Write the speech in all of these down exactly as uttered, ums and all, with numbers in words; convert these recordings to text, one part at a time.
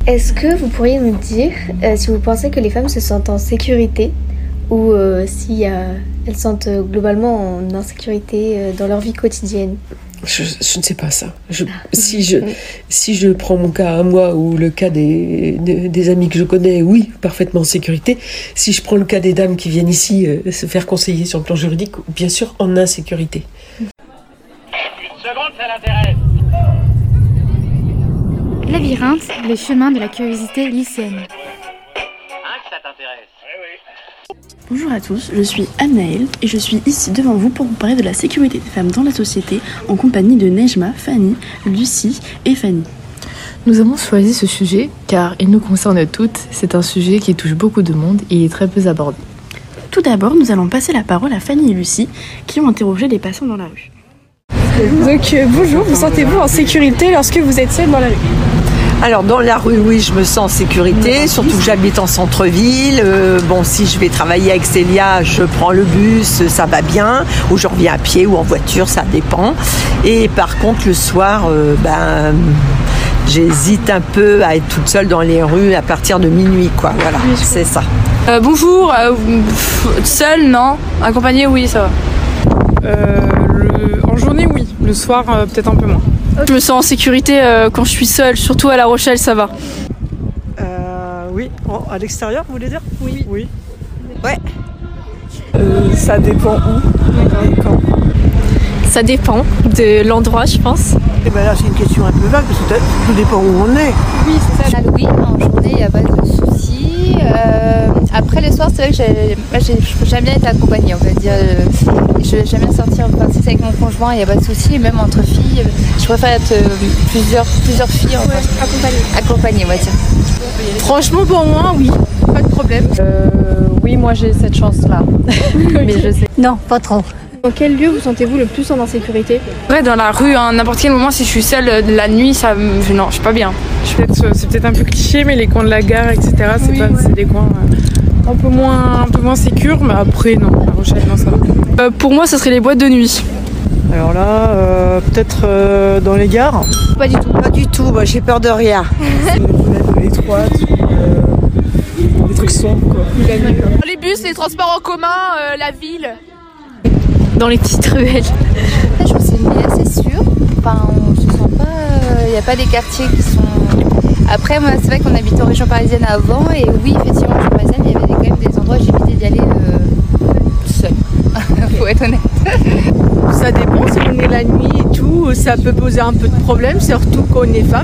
Est-ce que vous pourriez nous dire euh, si vous pensez que les femmes se sentent en sécurité ou euh, si euh, elles se sentent euh, globalement en insécurité euh, dans leur vie quotidienne? Je, je ne sais pas ça. Je, si, je, si je prends mon cas à moi ou le cas des, des, des amis que je connais, oui, parfaitement en sécurité. Si je prends le cas des dames qui viennent ici euh, se faire conseiller sur le plan juridique, bien sûr en insécurité. Une seconde, ça l'intéresse. Labyrinthe, les chemins de la curiosité lycéenne. Hein, que ça t'intéresse? Oui, oui. Bonjour à tous, je suis Anaëlle et je suis ici devant vous pour vous parler de la sécurité des femmes dans la société en compagnie de Nejma, Fanny, Lucie et Fanny. Nous avons choisi ce sujet car il nous concerne toutes, c'est un sujet qui touche beaucoup de monde et est très peu abordé. Tout d'abord, nous allons passer la parole à Fanny et Lucie qui ont interrogé des patients dans la rue. Donc euh, bonjour, vous sentez-vous en sécurité lorsque vous êtes seule dans la rue? Alors dans la rue, oui, je me sens en sécurité, surtout que j'habite en centre-ville. Euh, bon, si je vais travailler avec Célia, je prends le bus, ça va bien, ou je reviens à pied ou en voiture, ça dépend. Et par contre, le soir, euh, ben, j'hésite un peu à être toute seule dans les rues à partir de minuit, quoi. Voilà, c'est ça. Euh, bonjour, euh, seule, non. Accompagnée, oui, ça va. Euh, le... En journée, oui. Le soir, euh, peut-être un peu moins. Je me sens en sécurité euh, quand je suis seule, surtout à La Rochelle, ça va. Euh, oui, en, à l'extérieur, vous voulez dire? Oui. Oui. Ouais. Euh, ça dépend où. Quand. Ça dépend de l'endroit, je pense. Et ben là, c'est une question un peu vague parce que tout dépend où on est. Oui, c'est ça. Oui, en journée, il n'y a pas de soucis. Euh, après, le soir, c'est vrai que j'ai, moi, j'ai, j'aime bien être accompagnée, on va dire. J'aime bien sortir en partie avec mon conjoint, il n'y a pas de soucis. Même entre filles, je préfère être euh, plusieurs, plusieurs filles en ouais, accompagnées. Accompagnées, on va dire. Franchement, pour moi, oui, pas de problème. Euh, oui, moi j'ai cette chance-là. Mais je sais. Non, pas trop. Dans quel lieu vous sentez-vous le plus en insécurité? Ouais, dans la rue, à hein, n'importe quel moment, si je suis seule la nuit, ça, je, non, je suis pas bien. C'est peut-être un peu cliché, mais les coins de la gare, et cetera, c'est, oui, pas, ouais. c'est des coins euh, un peu moins, un peu moins sécures, mais après, non, La Rochelle, non, ça va. Euh, pour moi, ça serait les boîtes de nuit. Alors là, euh, peut-être euh, dans les gares? Pas du tout. Pas du tout, moi j'ai peur de rien. C'est des fenêtres étroites, euh, des trucs sombres, quoi. Les bus, les transports en commun, euh, la ville. Dans les petites ruelles. Je pense que c'est une ville assez sûre. Enfin, on se sent pas. Il n'y a pas des quartiers qui sont. Après, moi, c'est vrai qu'on habitait en région parisienne avant, et oui, effectivement, en région parisienne, il y avait quand même des endroits où j'évitais d'y aller euh, seule. Faut être honnête. Ça dépend, si on est la nuit et tout, ça peut poser un peu de problème, surtout quand on est femme.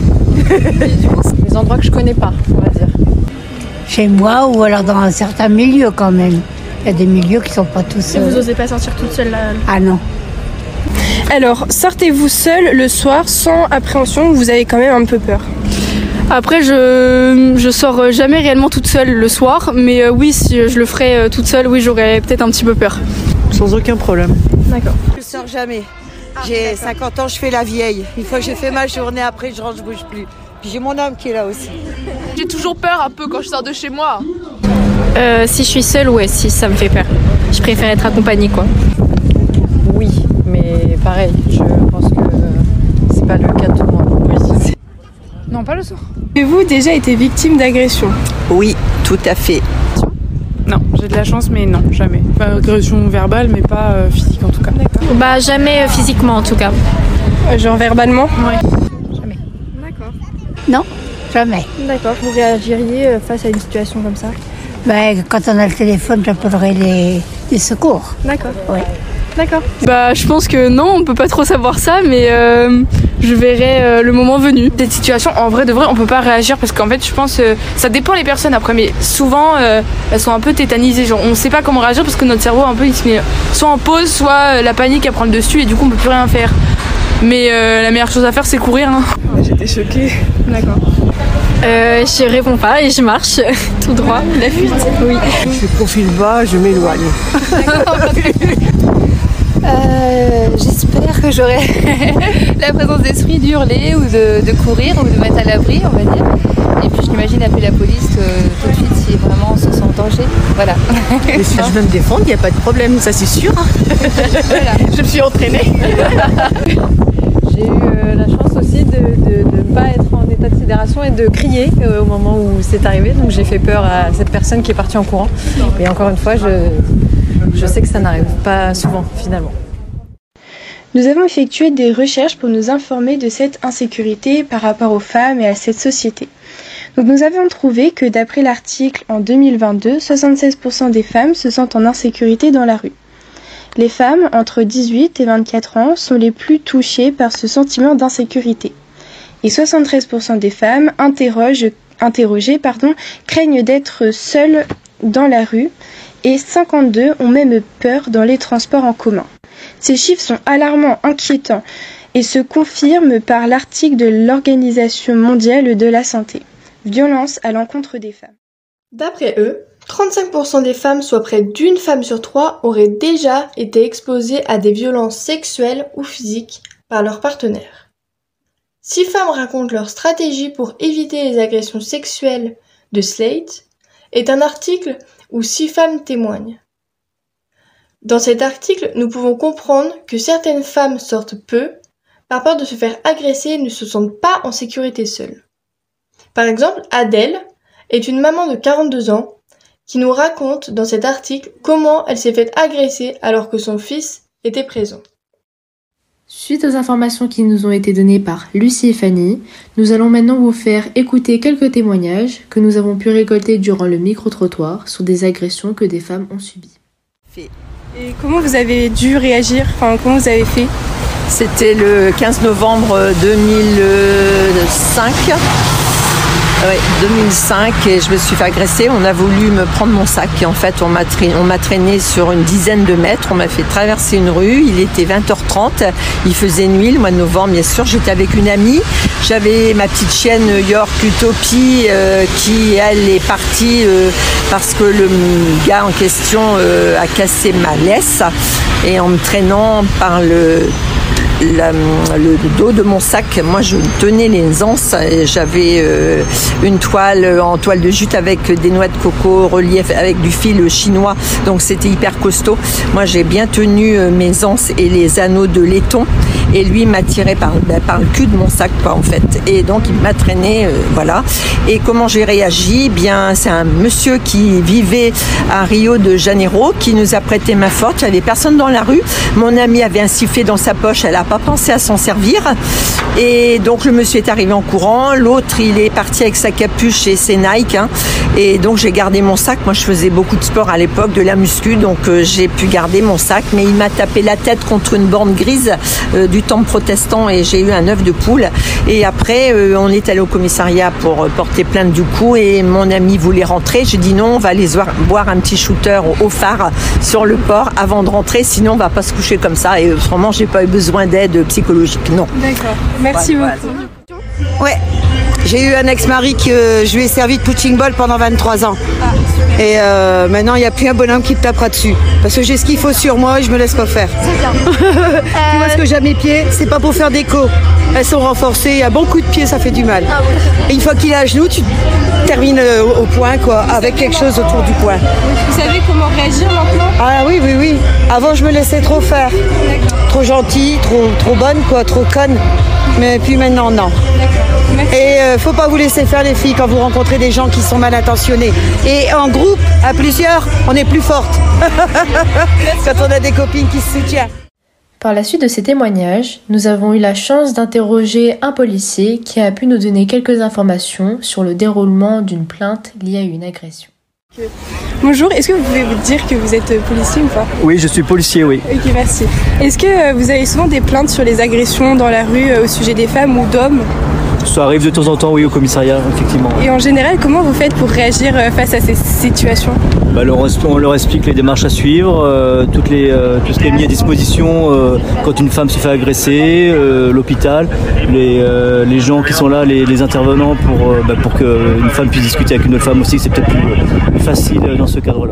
Les endroits que je connais pas, on va dire. Chez moi ou alors dans un certain milieu quand même. Il y a des milieux qui sont pas tous seuls. Et vous n'osez pas sortir toute seule là? Ah non. Alors, sortez-vous seule le soir sans appréhension ou vous avez quand même un peu peur? Après, je, je sors jamais réellement toute seule le soir, mais euh, oui, si je le ferais euh, toute seule, oui, j'aurais peut-être un petit peu peur. Sans aucun problème. D'accord. Je sors jamais. J'ai cinquante ans, je fais la vieille. Une fois que j'ai fait ma journée, après je rentre, je bouge plus. Puis j'ai mon homme qui est là aussi. J'ai toujours peur un peu quand je sors de chez moi. Euh, si je suis seule, ouais, si ça me fait peur. Je préfère être accompagnée, quoi. Oui, mais pareil, je pense que c'est pas le cas de tout le monde. Oui. Non, pas le soir. Avez-vous déjà été victime d'agression? Oui, tout à fait. Non, j'ai de la chance, mais non, jamais. Enfin, agression verbale, mais pas euh, physique en tout cas. D'accord. Bah jamais euh, physiquement en tout cas. Euh, genre verbalement? Ouais. Jamais. D'accord. Non, jamais. D'accord. Vous réagiriez euh, face à une situation comme ça? Ben, quand on a le téléphone, j'appellerai les, les secours. D'accord. Oui. D'accord. Bah, je pense que non, on peut pas trop savoir ça, mais euh, je verrai euh, le moment venu. Cette situation, en vrai de vrai, on peut pas réagir parce qu'en fait, je pense, euh, ça dépend les personnes après, mais souvent, euh, elles sont un peu tétanisées. Genre, on sait pas comment réagir parce que notre cerveau, un peu, il se met soit en pause, soit euh, la panique, elle prend le dessus et du coup, on peut plus rien faire. Mais euh, la meilleure chose à faire, c'est courir. Hein. J'étais choquée. D'accord. Euh, je réponds pas et je marche tout droit. La fuite. Oui. Je suis profil bas, je m'éloigne. Euh, j'espère que j'aurai la présence d'esprit d'hurler ou de, de courir ou de mettre à l'abri, on va dire. Et puis je m'imagine appeler la police euh, tout de suite si vraiment on se sent en danger. Voilà. Et si je veux me défendre, il n'y a pas de problème, ça c'est sûr. Voilà. Je me suis entraînée. J'ai eu euh, la chance aussi de ne pas être en état l'état de sidération et de crier euh, au moment où c'est arrivé. Donc j'ai fait peur à cette personne qui est partie en courant. Et encore une fois, je, je sais que ça n'arrive pas souvent finalement. Nous avons effectué des recherches pour nous informer de cette insécurité par rapport aux femmes et à cette société. Donc nous avons trouvé que d'après l'article en deux mille vingt-deux, soixante-seize pour cent des femmes se sentent en insécurité dans la rue. Les femmes entre dix-huit et vingt-quatre ans sont les plus touchées par ce sentiment d'insécurité. Et soixante-treize pour cent des femmes interrogent, interrogées pardon, craignent d'être seules dans la rue et cinquante-deux ont même peur dans les transports en commun. Ces chiffres sont alarmants, inquiétants et se confirment par l'article de l'Organisation mondiale de la santé. Violence à l'encontre des femmes. D'après eux, trente-cinq pour cent des femmes, soit près d'une femme sur trois, auraient déjà été exposées à des violences sexuelles ou physiques par leur partenaire. Six femmes racontent leur stratégie pour éviter les agressions sexuelles de Slate, est un article où six femmes témoignent. Dans cet article, nous pouvons comprendre que certaines femmes sortent peu, par peur de se faire agresser et ne se sentent pas en sécurité seules. Par exemple, Adèle est une maman de quarante-deux ans qui nous raconte dans cet article comment elle s'est fait agresser alors que son fils était présent. Suite aux informations qui nous ont été données par Lucie et Fanny, nous allons maintenant vous faire écouter quelques témoignages que nous avons pu récolter durant le micro-trottoir sur des agressions que des femmes ont subies. Et comment vous avez dû réagir? Enfin, comment vous avez fait? C'était le quinze novembre deux mille cinq. Ouais, deux mille cinq, et je me suis fait agresser. On a voulu me prendre mon sac et en fait on m'a traîné, on m'a traîné sur une dizaine de mètres. On m'a fait traverser une rue. Il était vingt heures trente. Il faisait nuit, le mois de novembre bien sûr. J'étais avec une amie. J'avais ma petite chienne York Utopie euh, qui elle est partie euh, parce que le gars en question euh, a cassé ma laisse et en me traînant par le La, le dos de mon sac, moi je tenais les anses et j'avais euh, une toile en toile de jute avec des noix de coco relief avec du fil chinois, donc c'était hyper costaud. Moi j'ai bien tenu euh, mes anses et les anneaux de laiton et lui m'a tiré par, bah, par le cul de mon sac quoi en fait, et donc il m'a traîné euh, voilà. Et comment j'ai réagi? Bien c'est un monsieur qui vivait à Rio de Janeiro qui nous a prêté main forte. Il n'y avait personne dans la rue, mon ami avait un sifflet dans sa poche, elle a pas pensé à s'en servir et donc le monsieur est arrivé en courant, l'autre il est parti avec sa capuche et ses Nike hein, et donc j'ai gardé mon sac. Moi je faisais beaucoup de sport à l'époque, de la muscu, donc euh, j'ai pu garder mon sac, mais il m'a tapé la tête contre une borne grise euh, du temple protestant et j'ai eu un œuf de poule. Et après euh, on est allé au commissariat pour euh, porter plainte du coup et mon ami voulait rentrer. J'ai dit non, on va aller boire un petit shooter au phare sur le port avant de rentrer, sinon on va pas se coucher comme ça. Et vraiment j'ai pas eu besoin d'aide psychologique, non. D'accord, merci ouais, beaucoup. Ouais, j'ai eu un ex-mari que euh, je lui ai servi de punching ball pendant vingt-trois ans. Ah, et euh, maintenant, il n'y a plus un bonhomme qui me tapera dessus. Parce que j'ai ce qu'il faut sur moi et je me laisse pas faire. C'est bien. Tu vois ce que j'ai à mes pieds? C'est pas pour faire déco. Elles sont renforcées, un bon coup de pied, ça fait du mal. Ah, oui. Et une fois qu'il est à genoux, tu termines euh, au, au point, quoi, vous avec quelque comment... chose autour du poing. Vous savez comment réagir maintenant? Ah oui, oui, oui. Avant, je me laissais trop faire. Trop gentille, trop, trop bonne, quoi, trop conne. Mais puis maintenant, non. Et euh, faut pas vous laisser faire les filles quand vous rencontrez des gens qui sont mal intentionnés. Et en groupe, à plusieurs, on est plus forte. Quand on a des copines qui se soutiennent. Par la suite de ces témoignages, nous avons eu la chance d'interroger un policier qui a pu nous donner quelques informations sur le déroulement d'une plainte liée à une agression. Bonjour, est-ce que vous pouvez vous dire que vous êtes policier ou pas? Oui, je suis policier, oui. Ok, merci. Est-ce que vous avez souvent des plaintes sur les agressions dans la rue au sujet des femmes ou d'hommes? Ça arrive de temps en temps, oui, au commissariat, effectivement. Et en général, comment vous faites pour réagir face à ces situations? bah, On leur explique les démarches à suivre, euh, toutes les, euh, tout ce qui est mis à disposition euh, quand une femme se fait agresser, euh, l'hôpital, les, euh, les gens qui sont là, les, les intervenants pour, euh, bah, pour qu'une femme puisse discuter avec une autre femme aussi, c'est peut-être plus, plus facile dans ce cadre-là.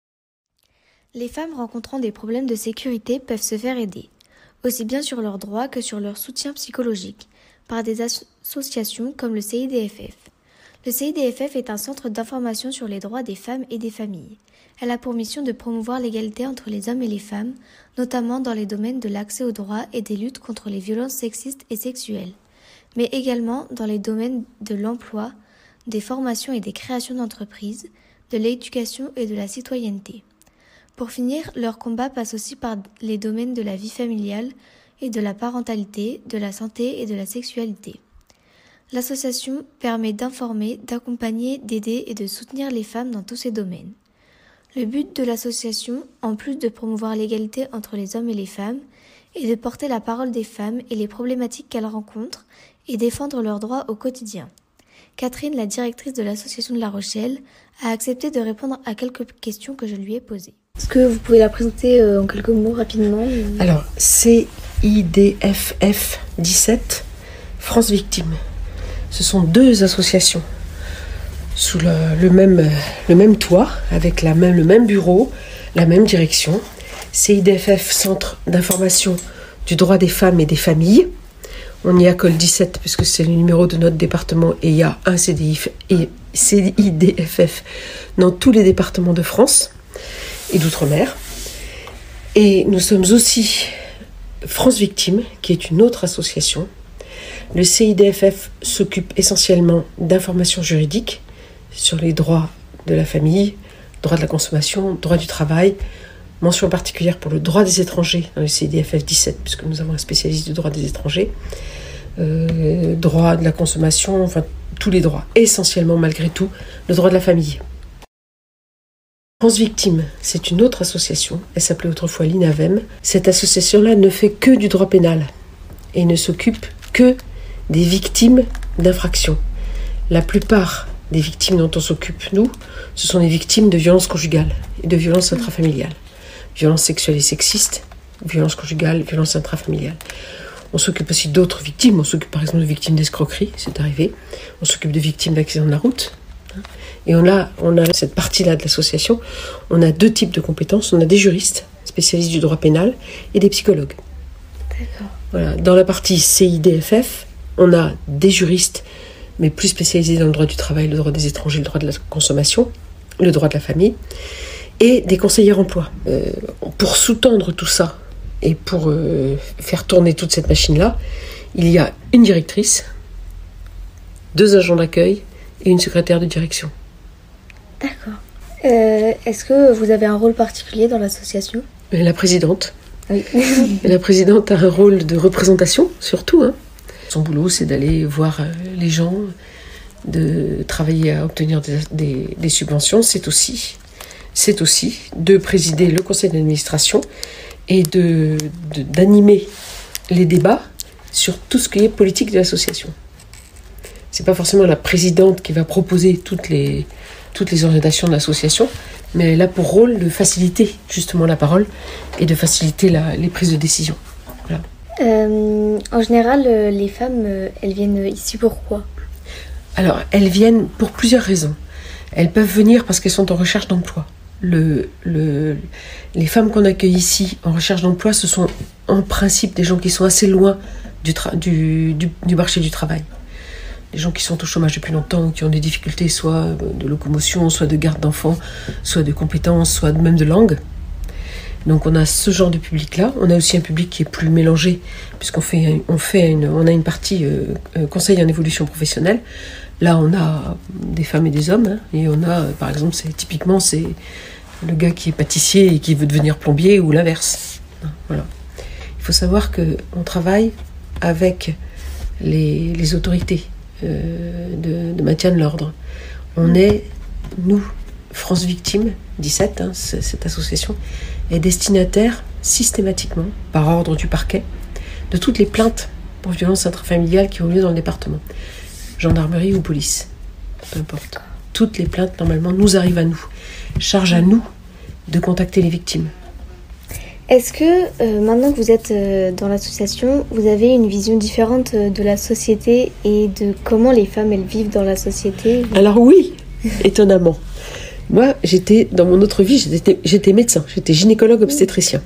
Les femmes rencontrant des problèmes de sécurité peuvent se faire aider, aussi bien sur leurs droits que sur leur soutien psychologique, par des associations comme le C I D F F. Le C I D F F est un centre d'information sur les droits des femmes et des familles. Elle a pour mission de promouvoir l'égalité entre les hommes et les femmes, notamment dans les domaines de l'accès aux droits et des luttes contre les violences sexistes et sexuelles. mais également dans les domaines de l'emploi, des formations et des créations d'entreprises, de l'éducation et de la citoyenneté. Pour finir, leur combat passe aussi par les domaines de la vie familiale et de la parentalité, de la santé et de la sexualité. L'association permet d'informer, d'accompagner, d'aider et de soutenir les femmes dans tous ces domaines. Le but de l'association, en plus de promouvoir l'égalité entre les hommes et les femmes, est de porter la parole des femmes et les problématiques qu'elles rencontrent et défendre leurs droits au quotidien. Catherine, la directrice de l'association de La Rochelle, a accepté de répondre à quelques questions que je lui ai posées. Est-ce que vous pouvez la présenter euh, en quelques mots rapidement ou... Alors, C I D F F dix-sept, France Victime. Ce sont deux associations sous le, le, même, le même toit, avec la même, le même bureau, la même direction. C I D F F, Centre d'information du droit des femmes et des familles. On y accole dix-sept puisque c'est le numéro de notre département et il y a un C D I et C I D F F dans tous les départements de France et d'outre-mer. Et nous sommes aussi France Victime, qui est une autre association. Le C I D F F s'occupe essentiellement d'informations juridiques sur les droits de la famille, droits de la consommation, droits du travail, mention particulière pour le droit des étrangers dans le C I D F F dix-sept, puisque nous avons un spécialiste du droit des étrangers, euh, droit de la consommation, enfin tous les droits, essentiellement malgré tout le droit de la famille. France Victime, c'est une autre association, elle s'appelait autrefois l'INAVEM. Cette association-là ne fait que du droit pénal et ne s'occupe que des victimes d'infractions. La plupart des victimes dont on s'occupe, nous, ce sont des victimes de violences conjugales et de violences intrafamiliales. Violences sexuelles et sexistes, violences conjugales, violences intrafamiliales. On s'occupe aussi d'autres victimes. On s'occupe par exemple de victimes d'escroquerie, c'est arrivé. On s'occupe de victimes d'accidents de la route. Et on a, on a cette partie-là de l'association, on a deux types de compétences. On a des juristes, spécialistes du droit pénal, et des psychologues. D'accord. Voilà. Dans la partie C I D F F, on a des juristes, mais plus spécialisés dans le droit du travail, le droit des étrangers, le droit de la consommation, le droit de la famille, et des conseillers emploi. Euh, pour sous-tendre tout ça, et pour euh, faire tourner toute cette machine-là, il y a une directrice, deux agents d'accueil et une secrétaire de direction. D'accord. Euh, est-ce que vous avez un rôle particulier dans l'association ? La présidente. Oui. La présidente a un rôle de représentation, surtout. Hein. Son boulot, c'est d'aller voir les gens, de travailler à obtenir des, des, des subventions. C'est aussi, c'est aussi de présider le conseil d'administration et de, de, d'animer les débats sur tout ce qui est politique de l'association. C'est pas forcément la présidente qui va proposer toutes les, toutes les orientations de l'association, mais elle a pour rôle de faciliter justement la parole et de faciliter la, les prises de décision. Voilà. Euh, en général, les femmes, elles viennent ici pourquoi ? Alors, elles viennent pour plusieurs raisons. Elles peuvent venir parce qu'elles sont en recherche d'emploi. Le, le, les femmes qu'on accueille ici en recherche d'emploi, ce sont en principe des gens qui sont assez loin du, tra- du, du, du marché du travail. Des gens qui sont au chômage depuis longtemps, qui ont des difficultés soit de locomotion, soit de garde d'enfants, soit de compétences, soit même de langue. Donc on a ce genre de public-là. On a aussi un public qui est plus mélangé, puisqu'on fait, on fait une, on a une partie euh, conseil en évolution professionnelle. Là, on a des femmes et des hommes, hein, et on a, par exemple, c'est, typiquement, c'est le gars qui est pâtissier et qui veut devenir plombier, ou l'inverse. Voilà. Il faut savoir qu'on travaille avec les, les autorités euh, de, de maintien de l'ordre. On est, nous, France Victime dix-sept, hein, cette association, est destinataire systématiquement, par ordre du parquet, de toutes les plaintes pour violences intrafamiliales qui ont lieu dans le département. Gendarmerie ou police, peu importe. Toutes les plaintes, normalement, nous arrivent à nous. Charge à nous de contacter les victimes. Est-ce que, euh, maintenant que vous êtes euh, dans l'association, vous avez une vision différente euh, de la société et de comment les femmes, elles vivent dans la société ? Alors oui, étonnamment. Moi, j'étais, dans mon autre vie, j'étais, j'étais médecin, j'étais gynécologue obstétricien.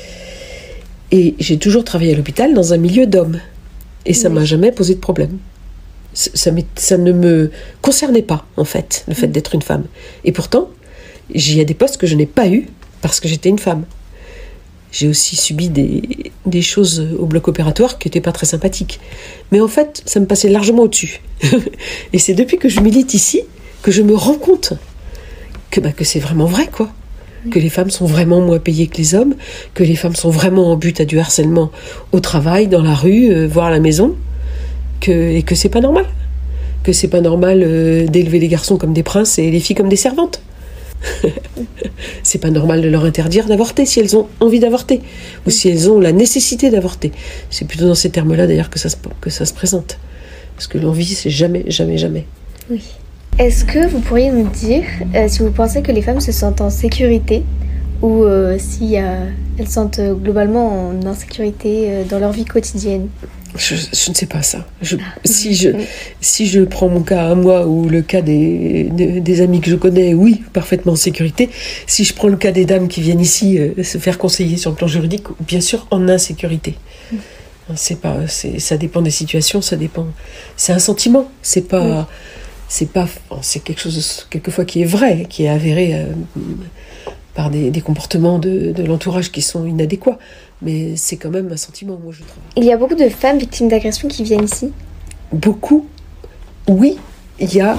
Et j'ai toujours travaillé à l'hôpital dans un milieu d'hommes. Et ça ne m'a jamais posé de problème. Ça, ça ne me concernait pas, en fait, le fait d'être une femme. Et pourtant, il y a des postes que je n'ai pas eus parce que j'étais une femme. J'ai aussi subi des, des choses au bloc opératoire qui n'étaient pas très sympathiques. Mais en fait, ça me passait largement au-dessus. Et c'est depuis que je milite ici que je me rends compte que, bah, que c'est vraiment vrai, quoi. Que les femmes sont vraiment moins payées que les hommes, que les femmes sont vraiment en but à du harcèlement au travail, dans la rue, euh, voire à la maison, que, et que c'est pas normal. Que c'est pas normal euh, d'élever les garçons comme des princes et les filles comme des servantes. C'est pas normal de leur interdire d'avorter si elles ont envie d'avorter, ou si elles ont la nécessité d'avorter. C'est plutôt dans ces termes-là d'ailleurs que ça se, que ça se présente. Parce que l'envie, c'est jamais, jamais, jamais. Oui. Est-ce que vous pourriez nous dire euh, si vous pensez que les femmes se sentent en sécurité ou euh, si euh, elles se sentent euh, globalement en insécurité euh, dans leur vie quotidienne? Je, je ne sais pas ça. Je, si, je, si je prends mon cas à moi ou le cas des, des, des amis que je connais, oui, parfaitement en sécurité. Si je prends le cas des dames qui viennent ici euh, se faire conseiller sur le plan juridique, bien sûr en insécurité. Mm. C'est pas, c'est, ça dépend des situations, ça dépend. C'est un sentiment, c'est pas... Oui. C'est pas, c'est quelque chose de, quelquefois qui est vrai, qui est avéré euh, par des, des comportements de, de l'entourage qui sont inadéquats. Mais c'est quand même un sentiment, moi, je trouve. Il y a beaucoup de femmes victimes d'agressions qui viennent ici? Beaucoup. Oui, il y a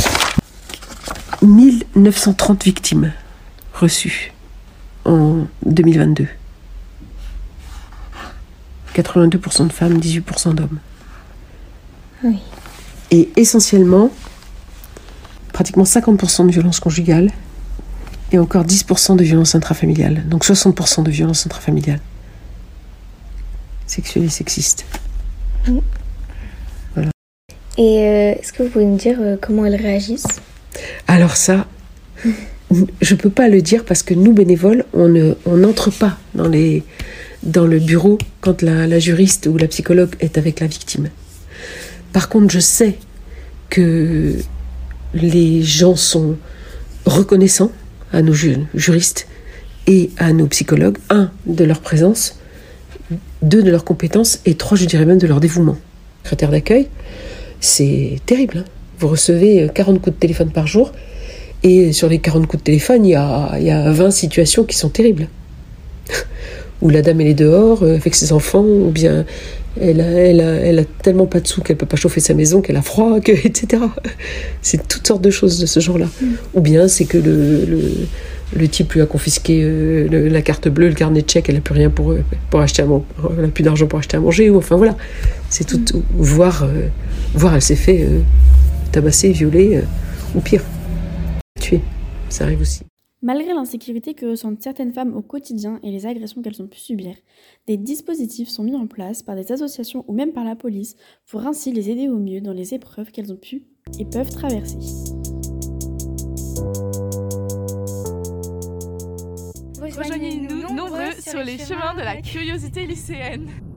mille neuf cent trente victimes reçues en deux mille vingt-deux. quatre-vingt-deux pour cent de femmes, dix-huit pour cent d'hommes. Oui. Et essentiellement, pratiquement cinquante pour cent de violences conjugales et encore dix pour cent de violences intrafamiliales. Donc soixante pour cent de violences intrafamiliales. Sexuelles et sexistes. Oui. Voilà. Et euh, est-ce que vous pouvez nous dire euh, comment elles réagissent? Alors ça, je ne peux pas le dire parce que nous, bénévoles, on ne, on n'entre pas dans, les, dans le bureau quand la, la juriste ou la psychologue est avec la victime. Par contre, je sais que les gens sont reconnaissants à nos juristes et à nos psychologues, un, de leur présence, deux, de leurs compétences, et trois, je dirais même de leur dévouement. Secrétaire d'accueil, c'est terrible. Hein. Vous recevez quarante coups de téléphone par jour, et sur les quarante coups de téléphone, il y a, il y a vingt situations qui sont terribles. Où la dame, elle est dehors, avec ses enfants, ou bien... Elle a, elle, a, elle a tellement pas de sous qu'elle peut pas chauffer sa maison, qu'elle a froid, que, et cetera. C'est toutes sortes de choses de ce genre-là. Mm. Ou bien c'est que le, le, le type lui a confisqué euh, le, la carte bleue, le carnet de chèques, elle a plus rien pour, pour acheter à manger, elle a plus d'argent pour acheter à manger, ou enfin voilà. C'est tout, mm. voire, euh, voire elle s'est fait euh, tabasser, violer, euh, ou pire, tuer. Ça arrive aussi. Malgré l'insécurité que ressentent certaines femmes au quotidien et les agressions qu'elles ont pu subir, des dispositifs sont mis en place par des associations ou même par la police pour ainsi les aider au mieux dans les épreuves qu'elles ont pu et peuvent traverser. Rejoignez-nous nombreux sur les chemins de la curiosité lycéenne.